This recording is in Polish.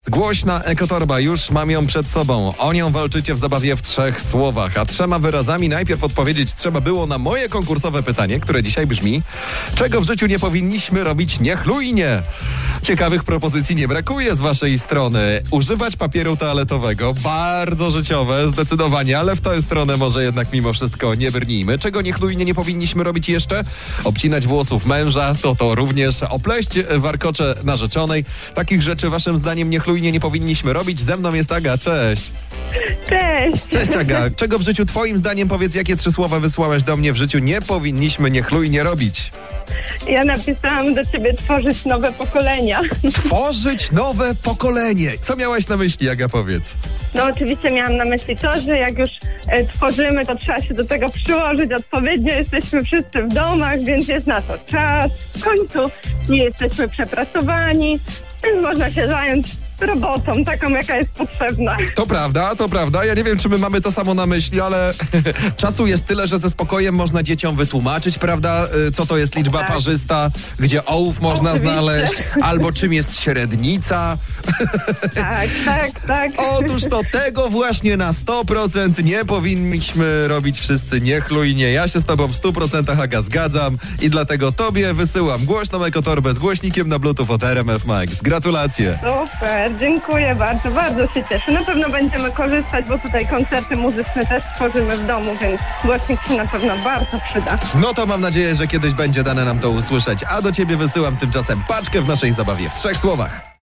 Głośna ekotorba, już mam ją przed sobą. O nią walczycie w zabawie w 3 słowach, a 3 wyrazami najpierw odpowiedzieć trzeba było na moje konkursowe pytanie, które dzisiaj brzmi: czego w życiu nie powinniśmy robić niechlujnie? Ciekawych propozycji nie brakuje z waszej strony. Używać papieru toaletowego, bardzo życiowe, zdecydowanie, ale w tę stronę może jednak mimo wszystko nie brnijmy. Czego niechlujnie nie powinniśmy robić jeszcze? Obcinać włosów męża, to również. Opleść warkocze narzeczonej. Takich rzeczy waszym zdaniem niechlujnie nie powinniśmy robić. Ze mną jest Aga, cześć. Cześć. Cześć Aga. Czego w życiu twoim zdaniem, powiedz, jakie 3 słowa wysłałaś do mnie, w życiu nie powinniśmy niechlujnie robić? Ja napisałam do ciebie tworzyć nowe pokolenia. Tworzyć nowe pokolenie. Co miałaś na myśli, Aga, powiedz? No oczywiście miałam na myśli to, że jak już tworzymy, to trzeba się do tego przyłożyć odpowiednio. Jesteśmy wszyscy w domach, więc jest na to czas. W końcu nie jesteśmy przepracowani, więc można się zająć robotą, taką jaka jest potrzebna. To prawda. Ja nie wiem, czy my mamy to samo na myśli, ale czasu jest tyle, że ze spokojem można dzieciom wytłumaczyć, prawda, co to jest liczba parzysta, gdzie ołów można znaleźć, albo czym jest średnica. Tak. Otóż to tego właśnie na 100% nie powinniśmy robić wszyscy niechlujnie. Ja się z tobą w 100% Aga zgadzam i dlatego tobie wysyłam głośną ekotorbę z głośnikiem na Bluetooth od RMF Max. Gratulacje. Super, dziękuję bardzo, bardzo się cieszę. Na pewno będziemy korzystać, bo tutaj koncerty muzyczne też tworzymy w domu, więc głośnik się na pewno bardzo przyda. No to mam nadzieję, że kiedyś będzie dane nam to usłyszeć. A do ciebie wysyłam tymczasem paczkę w naszej zabawie w 3 słowach.